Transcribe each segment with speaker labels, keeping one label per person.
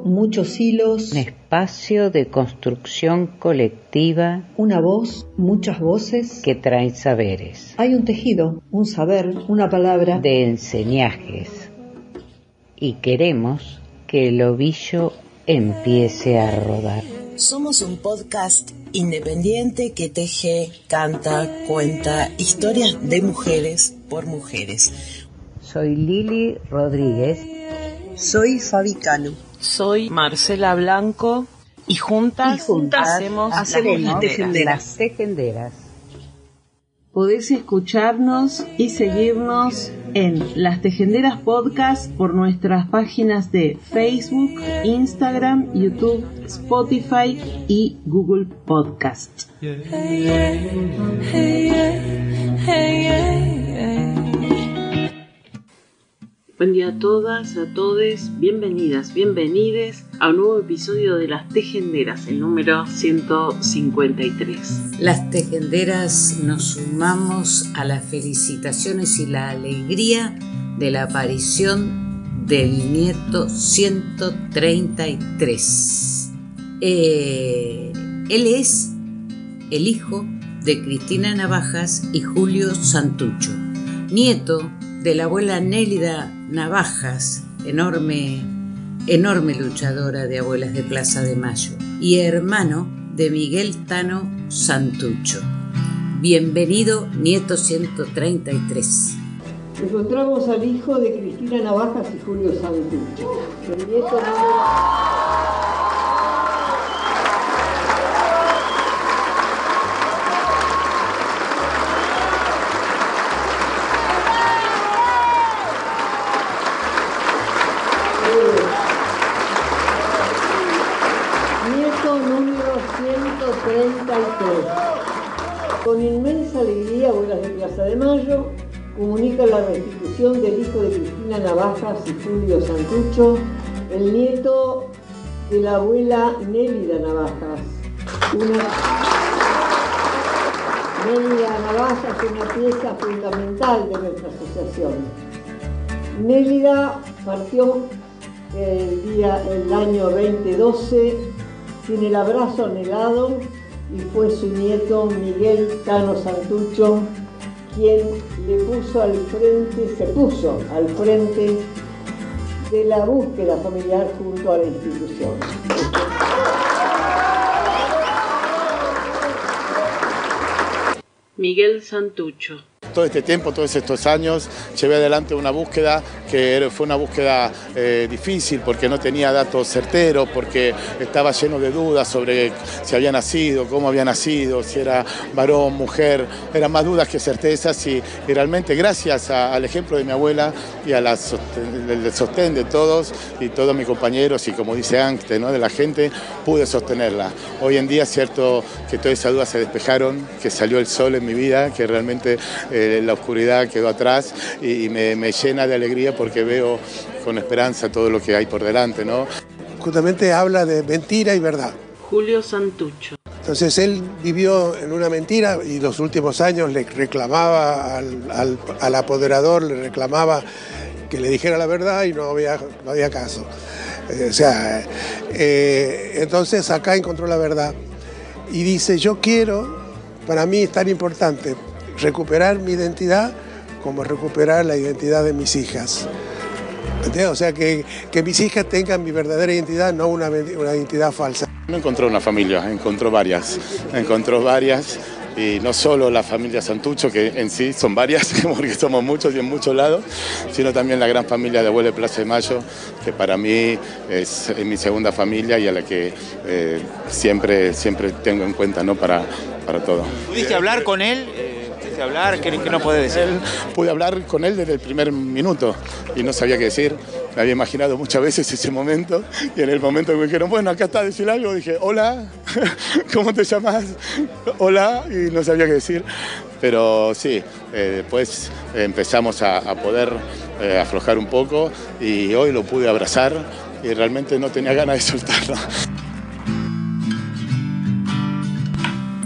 Speaker 1: muchos hilos.
Speaker 2: Un espacio de construcción colectiva.
Speaker 1: Una voz, muchas voces.
Speaker 2: Que traen saberes.
Speaker 1: Hay un tejido, un saber, una palabra.
Speaker 2: De enseñajes. Y queremos que el ovillo empiece a rodar.
Speaker 3: Somos un podcast independiente que teje, canta, cuenta historias de mujeres por mujeres.
Speaker 2: Soy Lili Rodríguez.
Speaker 3: Soy Fabi Cano.
Speaker 4: Soy Marcela Blanco y juntas hacemos
Speaker 2: Las Tejenderas.
Speaker 4: Podés escucharnos y seguirnos en Las Tejenderas Podcast por nuestras páginas de Facebook, Instagram, YouTube, Spotify y Google Podcast. Buen día a todas, a todes, bienvenidas, bienvenides a un nuevo episodio de Las Tejenderas, el número 153.
Speaker 2: Las Tejenderas nos sumamos a las felicitaciones y la alegría de la aparición del nieto 133. Él es el hijo de Cristina Navajas y Julio Santucho, nieto de la abuela Nélida Navajas, enorme luchadora de abuelas de Plaza de Mayo, y hermano de Miguel Tano Santucho. Bienvenido, nieto 133.
Speaker 1: Encontramos al hijo de Cristina Navajas y Julio Santucho. El nieto número 133. Con inmensa alegría, Abuelas de Plaza de Mayo comunica la restitución del hijo de Cristina Navajas y Julio Santucho, el nieto de la abuela Nélida Navajas. Nélida Navajas es una pieza fundamental de nuestra asociación. Nélida partió el año 2012 sin el abrazo anhelado, y fue su nieto Miguel Tano Santucho quien se puso al frente de la búsqueda familiar junto a la institución.
Speaker 4: Miguel Santucho.
Speaker 5: Todo este tiempo, todos estos años, llevé adelante una búsqueda que fue una búsqueda difícil porque no tenía datos certeros, porque estaba lleno de dudas sobre si había nacido, cómo había nacido, si era varón, mujer, eran más dudas que certezas y realmente gracias al ejemplo de mi abuela y al sostén de todos y todos mis compañeros y como dice Ángel, ¿no?, de la gente, pude sostenerla. Hoy en día es cierto que todas esas dudas se despejaron, que salió el sol en mi vida, que realmente la oscuridad quedó atrás y me llena de alegría porque veo con esperanza todo lo que hay por delante, ¿no?
Speaker 6: Justamente habla de mentira y verdad.
Speaker 4: Julio Santucho.
Speaker 6: Entonces él vivió en una mentira y los últimos años le reclamaba al apoderador, le reclamaba que le dijera la verdad y no había caso. Entonces acá encontró la verdad y dice, yo quiero, para mí es tan importante recuperar mi identidad como recuperar la identidad de mis hijas. ¿Entiendes? O sea, que mis hijas tengan mi verdadera identidad, no una identidad falsa.
Speaker 5: No encontró una familia, encontró varias y no solo la familia Santucho, que en sí son varias, porque somos muchos y en muchos lados, sino también la gran familia de Abuela de Plaza de Mayo, que para mí es mi segunda familia y a la que siempre tengo en cuenta, ¿no?, para todo.
Speaker 7: ¿Pudiste hablar con él? ¿Qué no puede decir?
Speaker 5: Pude hablar con él desde el primer minuto y no sabía qué decir. Me había imaginado muchas veces ese momento y en el momento que me dijeron, bueno, acá está, decir algo, dije, hola, ¿cómo te llamas? Hola, y no sabía qué decir. Pero sí, después empezamos a poder aflojar un poco y hoy lo pude abrazar y realmente no tenía ganas de soltarlo.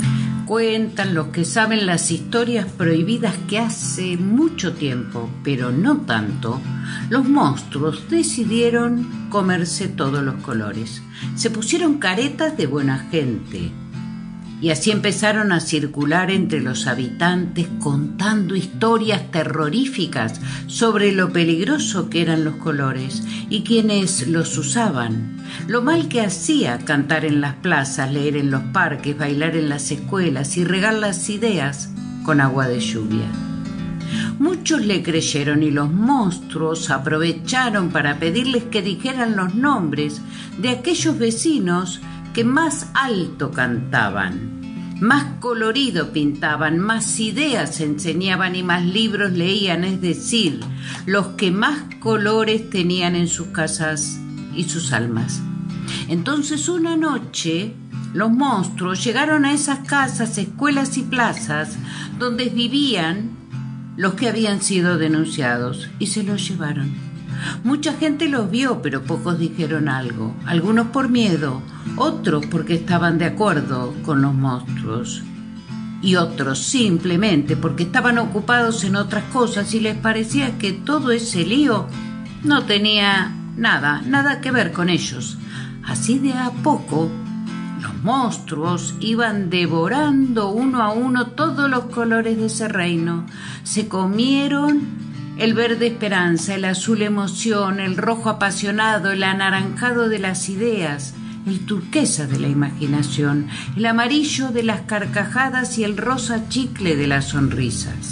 Speaker 2: cuentan los que saben las historias prohibidas que hace mucho tiempo, pero no tanto, los monstruos decidieron comerse todos los colores. Se pusieron caretas de buena gente y así empezaron a circular entre los habitantes contando historias terroríficas sobre lo peligroso que eran los colores y quienes los usaban, lo mal que hacía cantar en las plazas, leer en los parques, bailar en las escuelas y regar las ideas con agua de lluvia. Muchos le creyeron y los monstruos aprovecharon para pedirles que dijeran los nombres de aquellos vecinos que más alto cantaban, más colorido pintaban, más ideas enseñaban y más libros leían, es decir, los que más colores tenían en sus casas y sus almas. Entonces una noche los monstruos llegaron a esas casas, escuelas y plazas donde vivían los que habían sido denunciados y se los llevaron. Mucha gente los vio, pero pocos dijeron algo, algunos por miedo, otros porque estaban de acuerdo con los monstruos y otros simplemente porque estaban ocupados en otras cosas y les parecía que todo ese lío no tenía nada que ver con ellos. Así de a poco los monstruos iban devorando uno a uno todos los colores de ese reino. Se comieron el verde esperanza, el azul emoción, el rojo apasionado, el anaranjado de las ideas, el turquesa de la imaginación, el amarillo de las carcajadas y el rosa chicle de las sonrisas.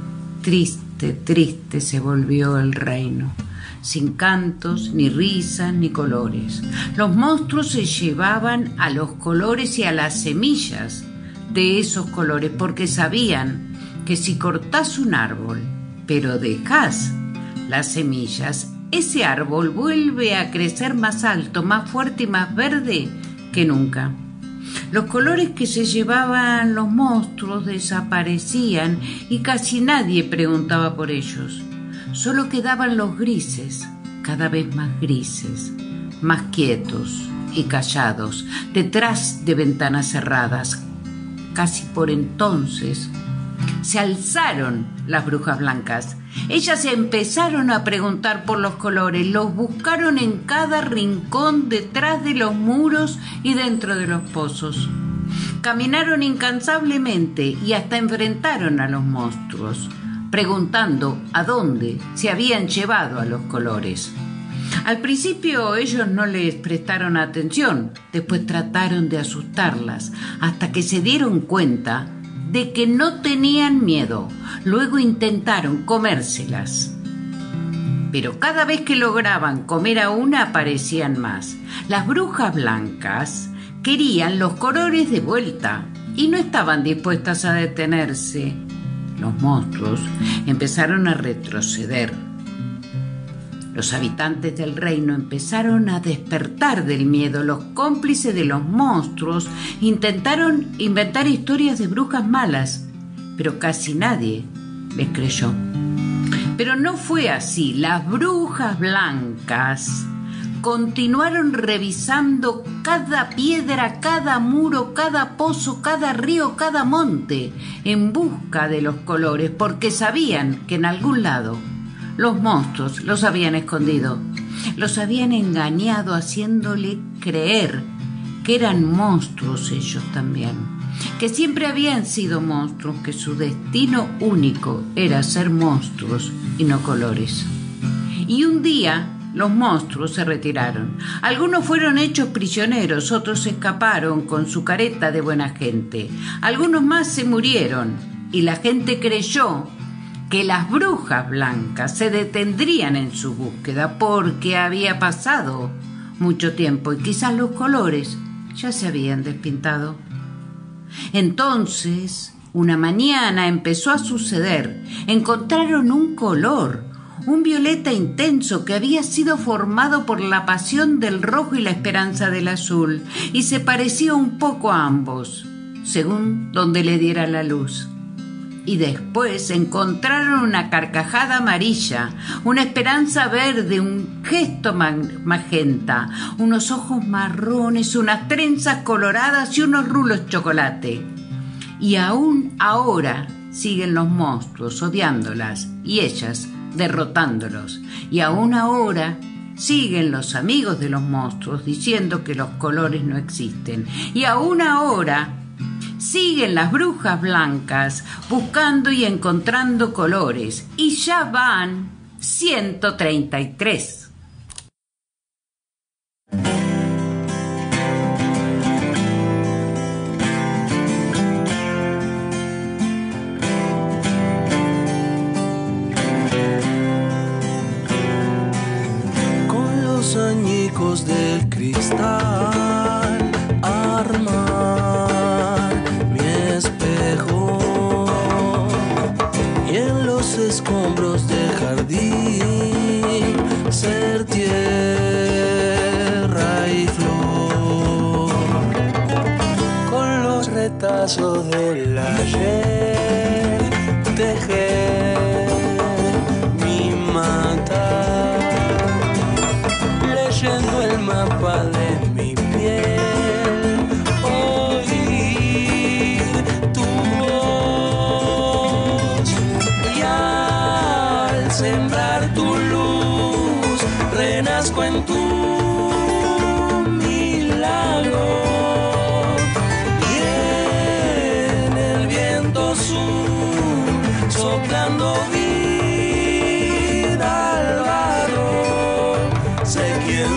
Speaker 2: Triste se volvió el reino, sin cantos, ni risas, ni colores. Los monstruos se llevaban a los colores y a las semillas de esos colores, porque sabían que si cortás un árbol, pero dejás las semillas, ese árbol vuelve a crecer más alto, más fuerte y más verde que nunca. Los colores que se llevaban los monstruos desaparecían y casi nadie preguntaba por ellos. Solo quedaban los grises, cada vez más grises, más quietos y callados, detrás de ventanas cerradas. Casi por entonces se alzaron las brujas blancas. Ellas empezaron a preguntar por los colores, los buscaron en cada rincón, detrás de los muros y dentro de los pozos. Caminaron incansablemente y hasta enfrentaron a los monstruos, preguntando a dónde se habían llevado a los colores. Al principio ellos no les prestaron atención, después trataron de asustarlas, hasta que se dieron cuenta de que no tenían miedo. Luego intentaron comérselas, pero cada vez que lograban comer a una aparecían más. Las brujas blancas querían los colores de vuelta y no estaban dispuestas a detenerse. Los monstruos empezaron a retroceder. Los habitantes del reino empezaron a despertar del miedo. Los cómplices de los monstruos intentaron inventar historias de brujas malas, pero casi nadie les creyó. Pero no fue así. Las brujas blancas continuaron revisando cada piedra, cada muro, cada pozo, cada río, cada monte, en busca de los colores, porque sabían que en algún lado los monstruos los habían escondido, los habían engañado haciéndole creer que eran monstruos ellos también, que siempre habían sido monstruos, que su destino único era ser monstruos y no colores. Y un día los monstruos se retiraron. Algunos fueron hechos prisioneros, otros escaparon con su careta de buena gente. Algunos más se murieron y la gente creyó que las brujas blancas se detendrían en su búsqueda porque había pasado mucho tiempo y quizás los colores ya se habían despintado. Entonces, una mañana empezó a suceder. Encontraron un color, un violeta intenso que había sido formado por la pasión del rojo y la esperanza del azul, y se parecía un poco a ambos, según donde le diera la luz. Y después encontraron una carcajada amarilla, una esperanza verde, un gesto magenta, unos ojos marrones, unas trenzas coloradas y unos rulos chocolate. Y aún ahora siguen los monstruos odiándolas y ellas derrotándolos. Y aún ahora siguen los amigos de los monstruos diciendo que los colores no existen. Y aún ahora siguen las brujas blancas buscando y encontrando colores. Y ya van 133.
Speaker 8: Añicos de cristal, armar mi espejo y en los escombros del jardín ser tierra y flor, con los retazos del ayer tejer mi mata. Leyendo el mapa de mi piel, oír tu voz y al sembrar tu luz renazco en tu milagro y en el viento sur soplando vida al barro. Sé quién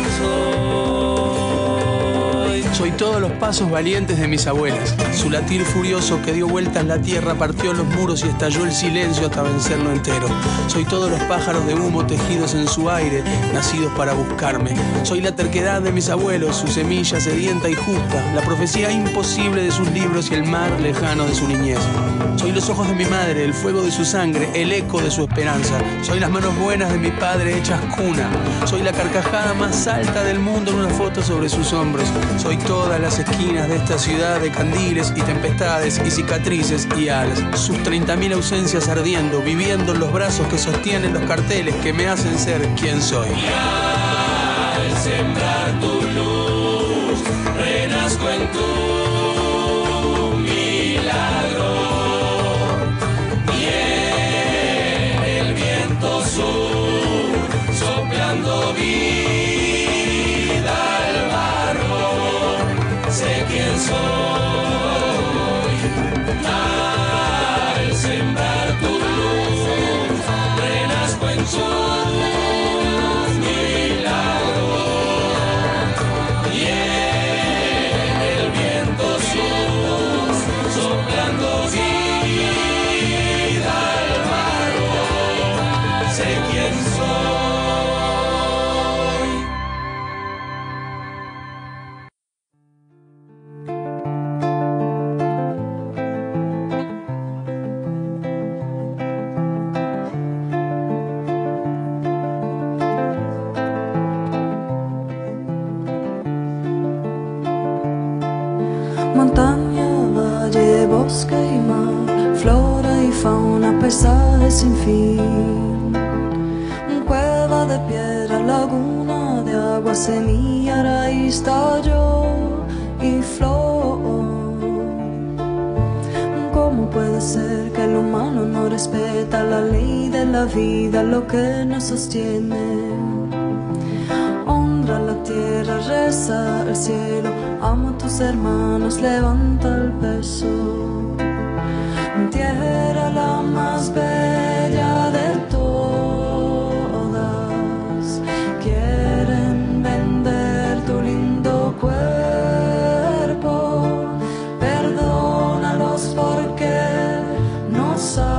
Speaker 8: soy. Soy todos los pasos valientes de mis abuelas. Su latir furioso que dio vueltas la tierra, partió los muros y estalló el silencio hasta vencerlo entero. Soy todos los pájaros de humo tejidos en su aire, nacidos para buscarme. Soy la terquedad de mis abuelos, su semilla sedienta y justa, la profecía imposible de sus libros y el mar lejano de su niñez. Soy los ojos de mi madre, el fuego de su sangre, el eco de su esperanza. Soy las manos buenas de mi padre hechas cuna. Soy la carcajada más alta del mundo en una foto sobre sus hombros. Soy todas las esquinas de esta ciudad de candiles y tempestades y cicatrices y alas. Sus 30.000 ausencias ardiendo, viviendo en los brazos que sostienen los carteles que me hacen ser quien soy. Y al sembrar tu luz, renazco en tu milagro. Y en el viento sur, soplando vida al barro, sé quién soy. Al sembrar tu luz, renazco en tu milagro. Y en el viento sur, soplando vida al barro, sé quién soy.
Speaker 9: Montaña, valle, bosque y mar, flora y fauna, paisajes sin fin. Cueva de piedra, laguna de agua, semilla, raíz, tallo y flor. ¿Cómo puede ser que el humano no respeta la ley de la vida, lo que nos sostiene? Honra la tierra, reza al cielo, ama a tus hermanos, levanta el peso. Tierra la más bella de todas, quieren vender tu lindo cuerpo. Perdónalos porque no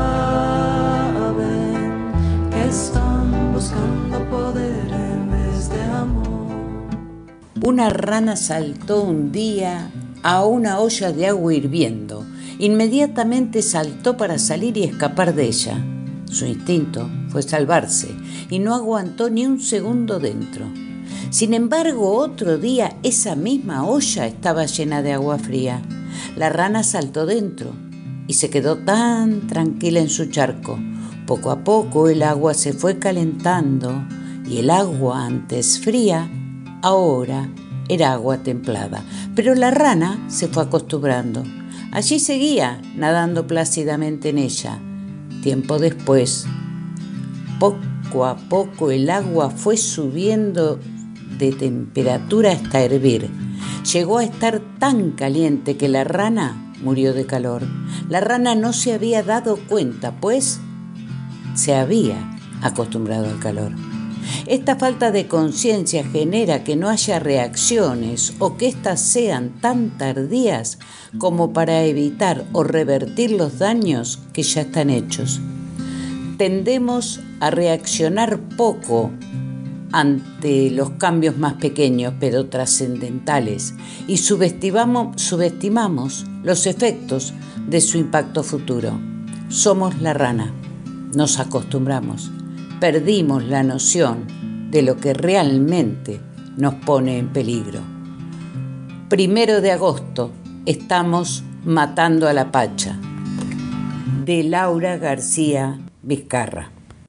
Speaker 9: saben que están buscando poder en vez de amor.
Speaker 2: Una rana saltó un día a una olla de agua hirviendo. Inmediatamente saltó para salir y escapar de ella. Su instinto fue salvarse y no aguantó ni un segundo dentro. Sin embargo, otro día esa misma olla estaba llena de agua fría. La rana saltó dentro y se quedó tan tranquila en su charco. Poco a poco el agua se fue calentando y el agua antes fría ahora era agua templada. Pero la rana se fue acostumbrando. Allí seguía, nadando plácidamente en ella. Tiempo después, poco a poco el agua fue subiendo de temperatura hasta hervir. Llegó a estar tan caliente que la rana murió de calor. La rana no se había dado cuenta, pues se había acostumbrado al calor. Esta falta de conciencia genera que no haya reacciones o que éstas sean tan tardías como para evitar o revertir los daños que ya están hechos. Tendemos a reaccionar poco ante los cambios más pequeños pero trascendentales y subestimamos los efectos de su impacto futuro. Somos la rana, nos acostumbramos, perdimos la noción de lo que realmente nos pone en peligro. 1 de agosto, estamos matando a la pacha. De Laura García Vizcarra.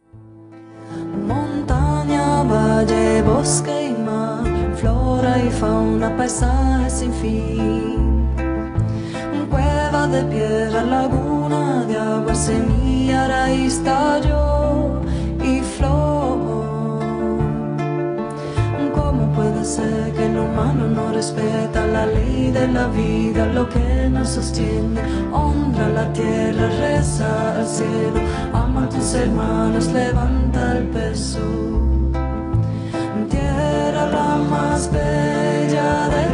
Speaker 9: Montaña, valle, bosque y mar, flora y fauna, paisaje sin fin. Cueva de piedra, laguna de agua, semilla, raíz, tallo y flor. ¿Cómo puede ser que el humano no respeta la ley de la vida, lo que nos sostiene? Honra la tierra, reza al cielo, ama a tus hermanos, levanta el peso. Tierra la más bella de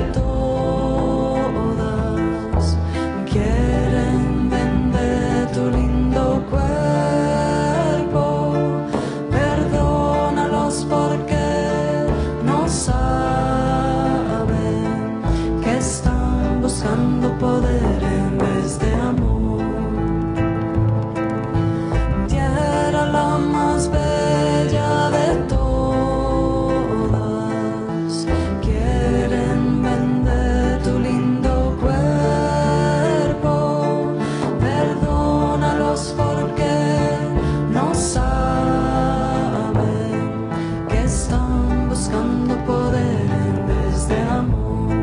Speaker 9: todas, quieren vender tu lindo cuerpo. Perdónalos porque no saben que están buscando poder en vez de amor. Tierra la más bella de todas, quieren vender tu lindo cuerpo. Perdónalos porque no saben que están buscando poder en vez de amor.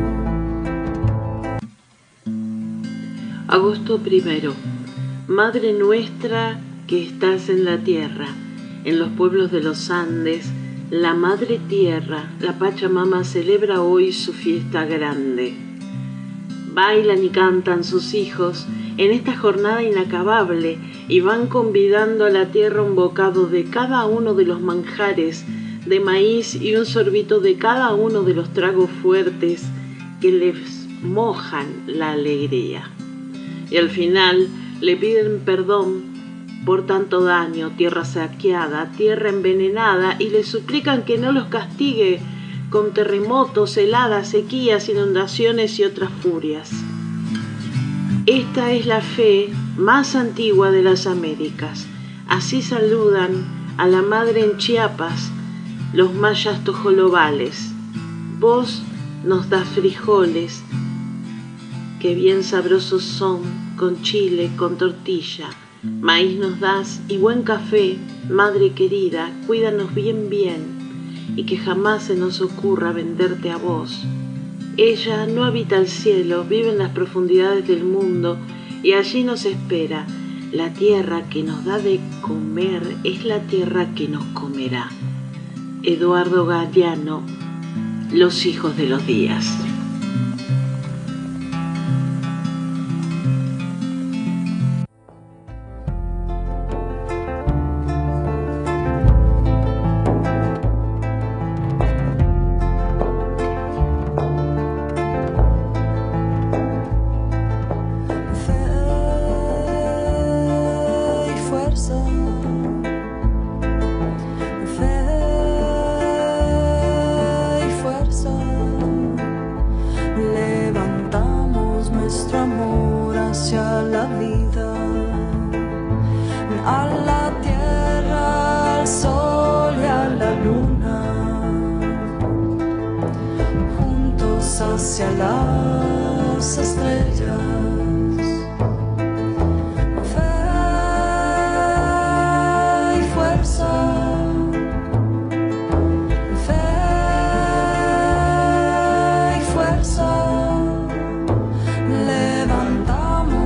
Speaker 4: Agosto 1. Madre nuestra que estás en la tierra, en los pueblos de los Andes, la Madre Tierra, la Pachamama, celebra hoy su fiesta grande. Bailan y cantan sus hijos en esta jornada inacabable y van convidando a la tierra un bocado de cada uno de los manjares de maíz y un sorbito de cada uno de los tragos fuertes que les mojan la alegría. Y al final le piden perdón por tanto daño, tierra saqueada, tierra envenenada, y le suplican que no los castigue con terremotos, heladas, sequías, inundaciones y otras furias. Esta es la fe más antigua de las Américas. Así saludan a la Madre en Chiapas los mayas tojolobales. Vos nos das frijoles, que bien sabrosos son, con chile, con tortilla. Maíz nos das y buen café, Madre querida, cuídanos bien bien, y que jamás se nos ocurra venderte a vos. Ella no habita el cielo, vive en las profundidades del mundo, y allí nos espera. La tierra que nos da de comer es la tierra que nos comerá. Eduardo Galeano, Los hijos de los días.
Speaker 9: Hacia las estrellas. Fe y fuerza, fe y fuerza. Levantamos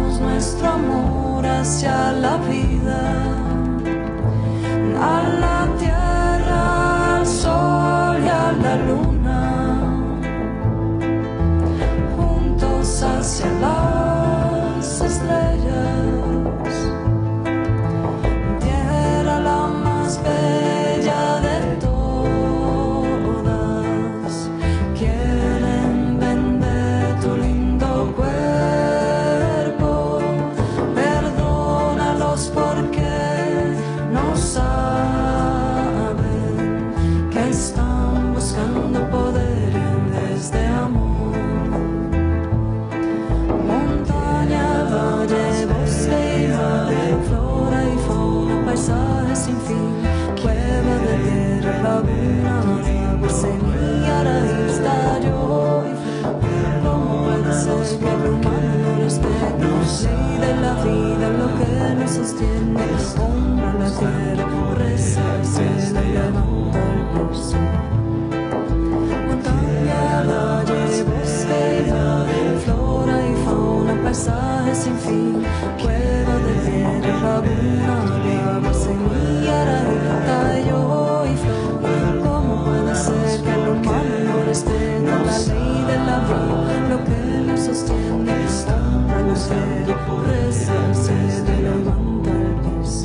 Speaker 9: laguna de agua, semilla, raíz, tallo y flor. ¿Cómo puede ser que el humano no respete la ley de la vida, lo que nos sostiene? Honra la tierra, reza al cielo, levanta el pulso. Montaña, valle, bosque y mar, flora y fauna, paisaje sin fin, cueva de piedra, laguna de agua, semilla, raíz, tallo y flor. ¿Cómo puede ser que el humano no respeta la ley de la vida, lo que nos sostiene? Honra la tierra, reza al cielo, levanta el piso.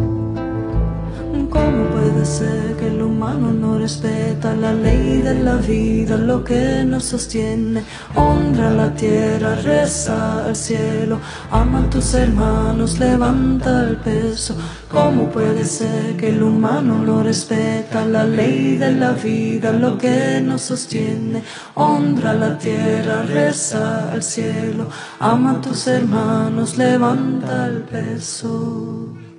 Speaker 9: ¿Cómo puede ser que el humano no respeta la ley de la vida, lo que nos sostiene? Honra la tierra, reza al cielo, ama a tus hermanos, levanta el peso. ¿Cómo puede ser que el humano no respeta la ley de la vida, lo que nos sostiene? Honra la tierra, reza al cielo, ama a tus hermanos, levanta el peso.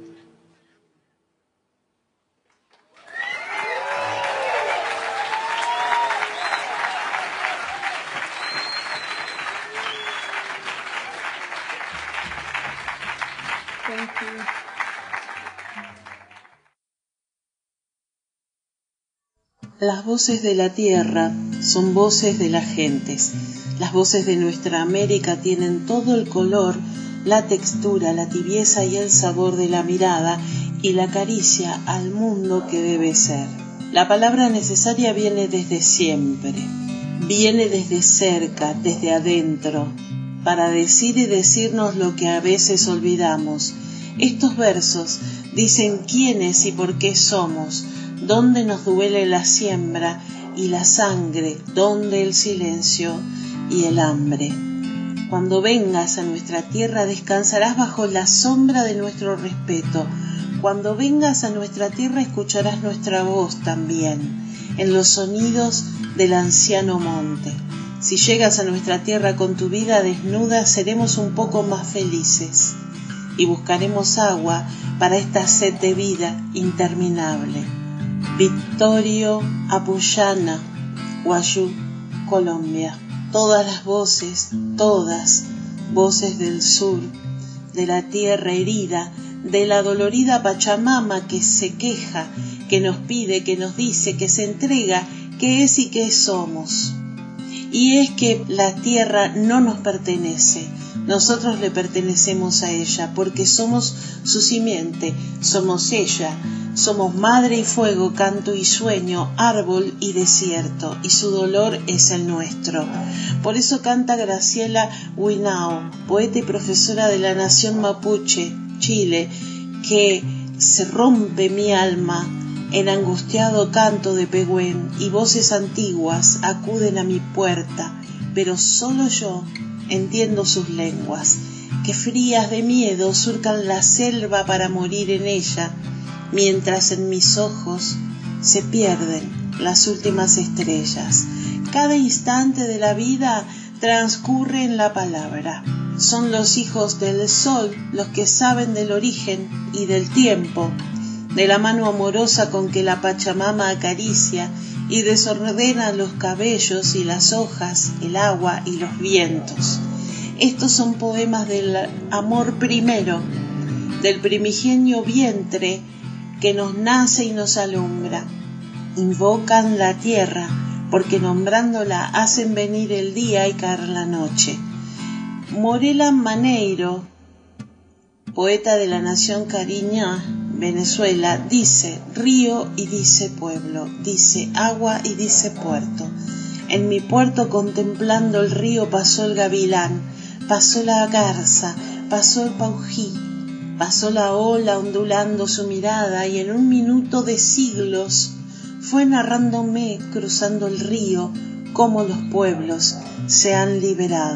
Speaker 4: Las voces de la tierra son voces de las gentes. Las voces de nuestra América tienen todo el color, la textura, la tibieza y el sabor de la mirada y la caricia al mundo que debe ser. La palabra necesaria viene desde siempre, viene desde cerca, desde adentro, para decir y decirnos lo que a veces olvidamos. Estos versos dicen quiénes y por qué somos, dónde nos duele la siembra y la sangre, dónde el silencio y el hambre. Cuando vengas a nuestra tierra descansarás bajo la sombra de nuestro respeto. Cuando vengas a nuestra tierra escucharás nuestra voz también, en los sonidos del anciano monte. Si llegas a nuestra tierra con tu vida desnuda, seremos un poco más felices y buscaremos agua para esta sed de vida interminable. Victorio Apuyana, Guayú, Colombia. Todas las voces, todas, voces del sur, de la tierra herida, de la dolorida Pachamama que se queja, que nos pide, que nos dice, que se entrega, qué es y qué somos. Y es que la tierra no nos pertenece, nosotros le pertenecemos a ella, porque somos su simiente, somos ella. Somos madre y fuego, canto y sueño, árbol y desierto, y su dolor es el nuestro. Por eso canta Graciela Huinao, poeta y profesora de la nación mapuche, Chile, que se rompe mi alma en angustiado canto de pehuen, y voces antiguas acuden a mi puerta, pero solo yo entiendo sus lenguas, que frías de miedo surcan la selva para morir en ella, mientras en mis ojos se pierden las últimas estrellas. Cada instante de la vida transcurre en la palabra. Son los hijos del sol los que saben del origen y del tiempo, de la mano amorosa con que la Pachamama acaricia y desordena los cabellos y las hojas, el agua y los vientos. Estos son poemas del amor primero, del primigenio vientre que nos nace y nos alumbra. Invocan la tierra, porque nombrándola hacen venir el día y caer la noche. Morela Maneiro, poeta de la nación cariñá, Venezuela, dice río y dice pueblo, dice agua y dice puerto. En mi puerto contemplando el río pasó el gavilán, pasó la garza, pasó el paují, pasó la ola ondulando su mirada y en un minuto de siglos fue narrándome cruzando el río cómo los pueblos se han liberado.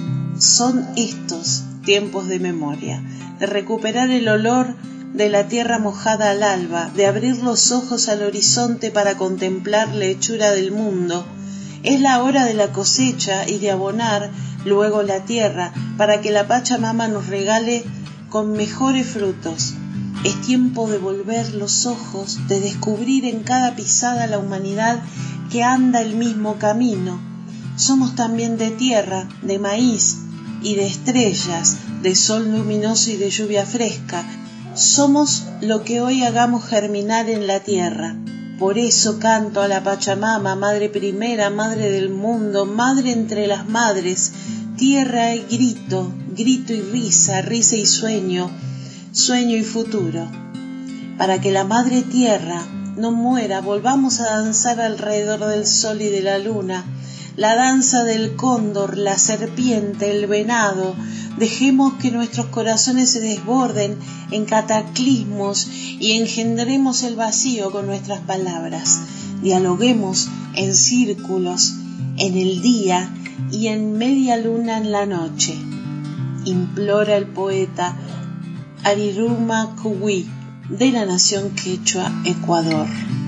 Speaker 4: Son estos tiempos de memoria, de recuperar el olor de la tierra mojada al alba, de abrir los ojos al horizonte para contemplar la hechura del mundo. Es la hora de la cosecha y de abonar luego la tierra para que la Pachamama nos regale con mejores frutos. Es tiempo de volver los ojos, de descubrir en cada pisada la humanidad que anda el mismo camino. Somos también de tierra, de maíz y de estrellas, de sol luminoso y de lluvia fresca. Somos lo que hoy hagamos germinar en la tierra. Por eso canto a la Pachamama, madre primera, madre del mundo, madre entre las madres. Tierra y grito, grito y risa, risa y sueño, sueño y futuro. Para que la madre tierra no muera, volvamos a danzar alrededor del sol y de la luna, la danza del cóndor, la serpiente, el venado. Dejemos que nuestros corazones se desborden en cataclismos y engendremos el vacío con nuestras palabras. Dialoguemos en círculos, en el día y en media luna en la noche. Implora el poeta Ariruma Kuwi, de la nación quechua, Ecuador.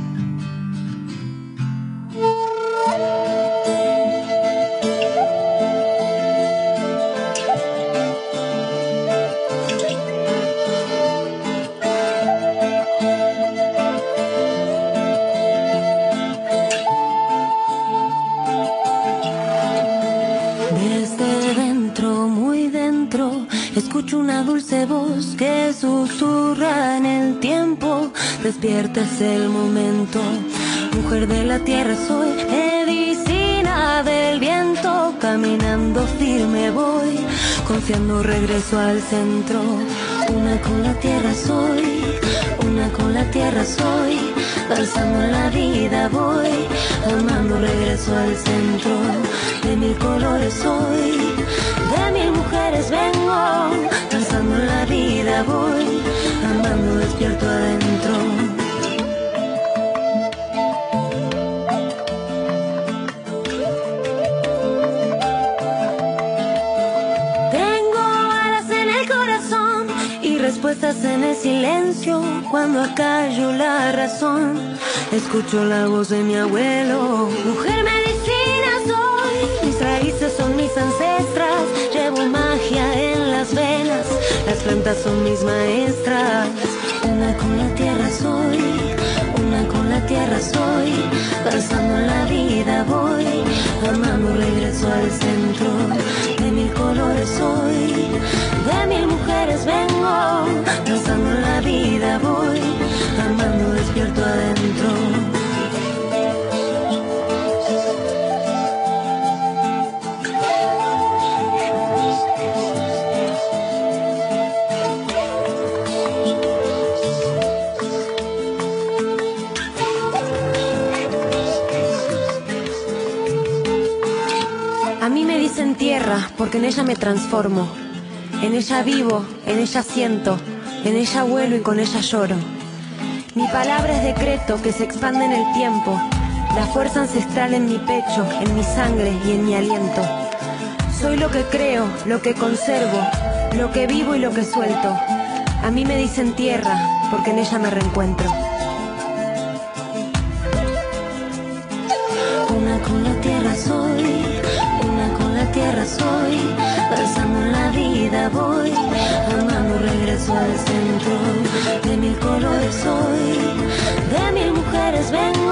Speaker 9: Escucho una dulce voz que susurra en el tiempo. Despierta, es el momento. Mujer de la tierra soy, medicina del viento. Caminando firme voy, confiando regreso al centro. Una con la tierra soy, una con la tierra soy. Danzando en la vida voy, amando regreso al centro. De mil colores soy, de mil mujeres vengo. Danzando en la vida voy, amando despierto adentro. Tengo alas en el corazón y respuestas en el silencio. Cuando acallo la razón, escucho la voz de mi abuelo. Mujer medicina soy, mis raíces son mis ancestras. Llevo magia en las venas, las plantas son mis maestras. Una con la tierra soy, una con la tierra soy. Danzando en la vida voy, amando regreso al centro. De mil colores soy, de mil mujeres vengo. Danzando en la vida voy, amando despierto adentro. A mí me dicen tierra porque en ella me transformo. En ella vivo, en ella siento, en ella vuelo y con ella lloro. Mi palabra es decreto que se expande en el tiempo. La fuerza ancestral en mi pecho, en mi sangre y en mi aliento. Soy lo que creo, lo que conservo, lo que vivo y lo que suelto. A mí me dicen tierra porque en ella me reencuentro. Una con la tierra soy, una con la tierra soy. Danzando en la vida voy, amando regreso al centro. De mil colores soy, de mil mujeres vengo.